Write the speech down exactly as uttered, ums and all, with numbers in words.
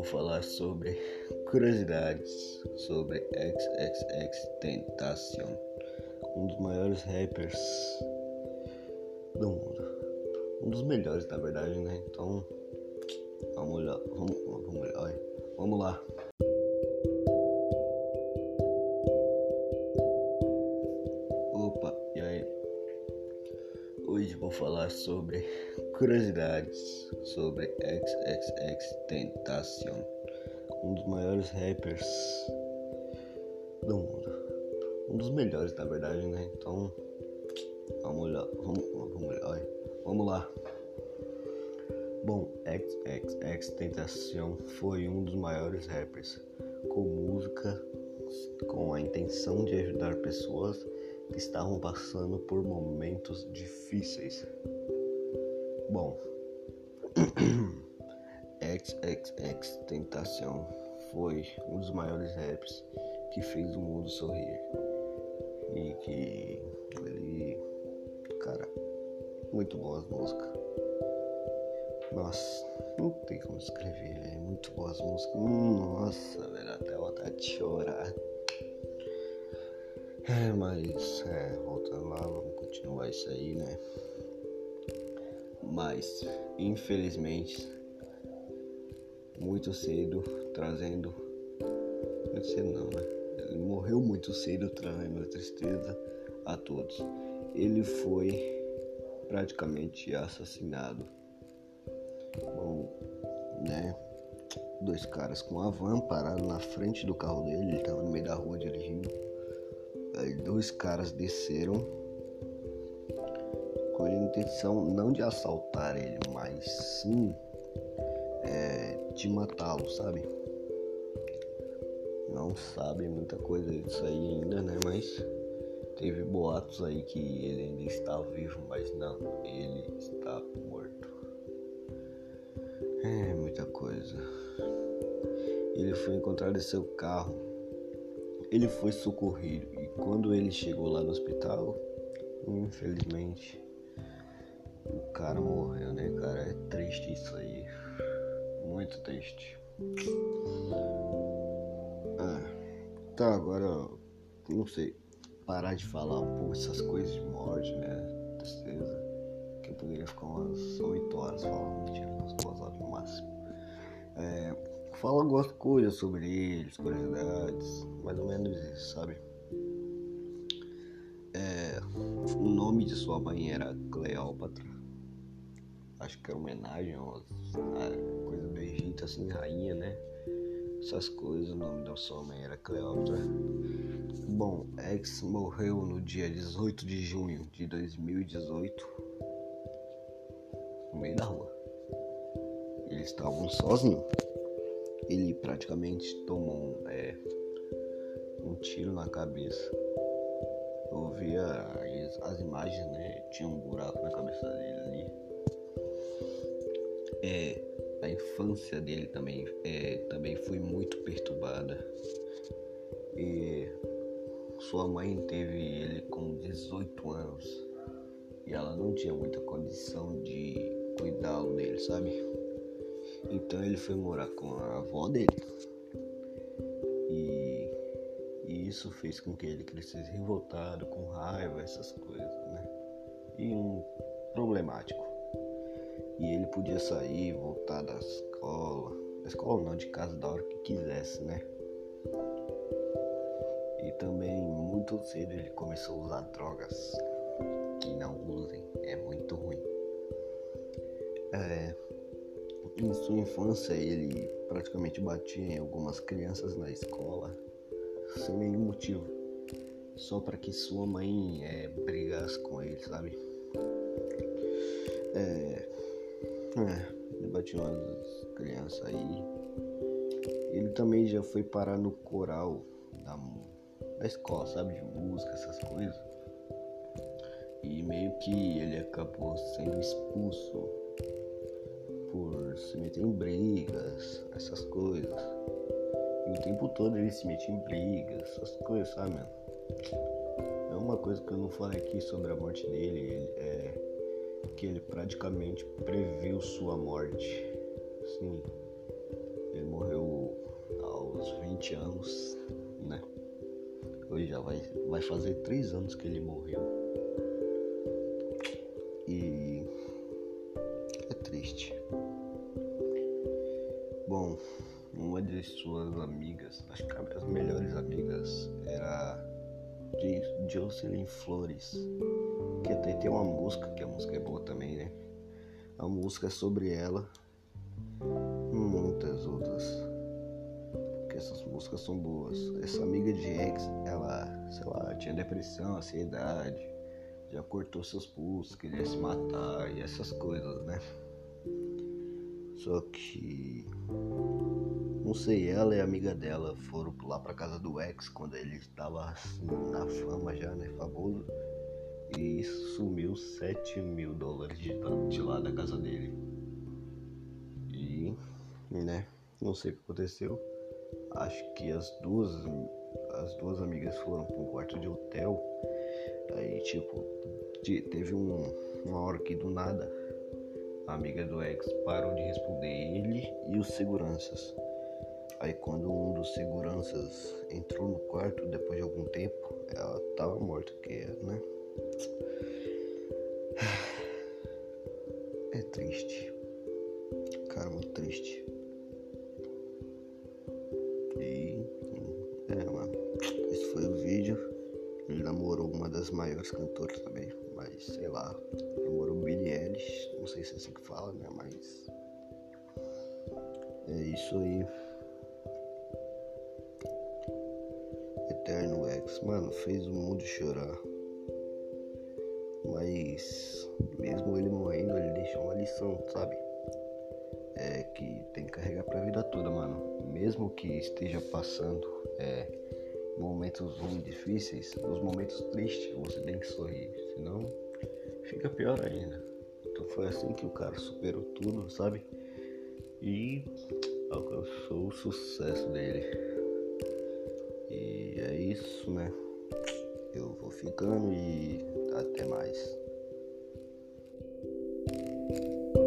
falar sobre curiosidades sobre XXXTentacion, um dos maiores rappers do mundo, um dos melhores na verdade, né? Então, vamos lá, vamos, vamos lá, vamos lá. Opa, e aí? Hoje vou falar sobre curiosidades sobre XXXTentacion, um dos maiores rappers do mundo, um dos melhores na verdade, né? Então, vamos lá, vamos, vamos lá, vamos lá. Bom, XXXTentacion foi um dos maiores rappers com música com a intenção de ajudar pessoas que estavam passando por momentos difíceis. Bom, XXXTentacion foi um dos maiores raps que fez o mundo sorrir. E que ele, cara, muito boas músicas. Nossa, não tem como escrever, é muito boas músicas. Nossa, velho, até vontade de chorar. É, mas, é, voltando lá, vamos continuar isso aí, né? Mas, infelizmente, muito cedo, trazendo... Muito cedo não, né? Ele morreu muito cedo, trazendo tristeza a todos. Ele foi praticamente assassinado. Bom, né? Dois caras com a van pararam na frente do carro dele, ele tava no meio da rua dirigindo. Aí dois caras desceram com a intenção não de assaltar ele, mas sim é, de matá-lo, sabe? Não sabe muita coisa disso aí ainda, né? Mas teve boatos aí que ele ainda está vivo, mas não, ele está morto. É muita coisa. Ele foi encontrado em seu carro. Ele foi socorrido e quando ele chegou lá no hospital, infelizmente, o cara morreu, né, cara? É triste isso aí. Muito triste. Ah, tá, agora, não sei, parar de falar um pouco essas coisas de morte, né? Tristeza. Que eu poderia ficar umas oito horas falando, mentira, umas duas horas no máximo. É, fala algumas coisas sobre eles, curiosidades, mais ou menos isso, sabe? É, o nome de sua mãe era Cleópatra. Acho que é homenagem a coisa do Egito, assim, rainha, né? Essas coisas, o nome da sua mãe era Cleópatra. Bom, X morreu no dia dezoito de junho de dois mil e dezoito, no meio da rua. Eles estavam sozinhos. Ele praticamente tomou um, é, um tiro na cabeça. Eu via as, as imagens, né? Tinha um buraco na cabeça dele ali. É, a infância dele também, é, também foi muito perturbada. E sua mãe teve ele com dezoito anos. E ela não tinha muita condição de cuidá-lo dele, sabe? Então ele foi morar com a avó dele. E, e isso fez com que ele crescesse revoltado, com raiva, essas coisas, né? E um problemático. E ele podia sair, voltar da escola. Da escola não, de casa da hora que quisesse, né? E também muito cedo ele começou a usar drogas. Que não usem, é muito ruim. É... Em sua infância ele praticamente batia em algumas crianças na escola sem nenhum motivo, só para que sua mãe é, brigasse com ele, sabe? É, é, ele batia umas crianças aí. Ele também já foi parar no coral da, da escola, sabe? De música, essas coisas. E meio que ele acabou sendo expulso por se meter em brigas, essas coisas. E o tempo todo ele se metia em brigas, essas coisas, sabe, mano? É uma coisa que eu não falei aqui sobre a morte dele, ele, é que ele praticamente previu sua morte. Sim, Ele morreu aos vinte anos, né? Hoje já vai, vai fazer três anos que ele morreu. E é triste. Bom, uma de suas amigas, acho que as melhores amigas, era Jocelyn Flores, que até tem uma música, que a música é boa também, né? A música é sobre ela e muitas outras, porque essas músicas são boas. Essa amiga de ex, ela, sei lá, tinha depressão, ansiedade, já cortou seus pulsos, queria se matar e essas coisas, né? Só que, não sei, ela e a amiga dela foram lá pra casa do ex quando ele estava assim, na fama já, né, famoso. E sumiu sete mil dólares de, de lá da casa dele. E, né, não sei o que aconteceu. Acho que as duas, as duas amigas foram pra um quarto de hotel. Aí, tipo, teve um, uma hora que do nada a amiga do ex parou de responder ele e os seguranças. Aí quando um dos seguranças entrou no quarto, depois de algum tempo, ela tava morta, que né? É triste. Cara, muito triste. E é, mano. Esse foi o vídeo. Ele namorou uma das maiores cantoras também, mas sei lá, namorou Billie Eilish, não sei se é assim que fala, né? Mas é isso aí. Eterno Ex, mano, fez o mundo chorar. Mas mesmo ele morrendo, ele deixou uma lição, sabe? É que tem que carregar pra vida toda, mano. Mesmo que esteja passando é, momentos ruins, difíceis, os momentos tristes, você tem que sorrir, senão fica pior ainda. Então foi assim que o cara superou tudo, sabe? E alcançou o sucesso dele. E é isso, né? Eu vou ficando e até mais.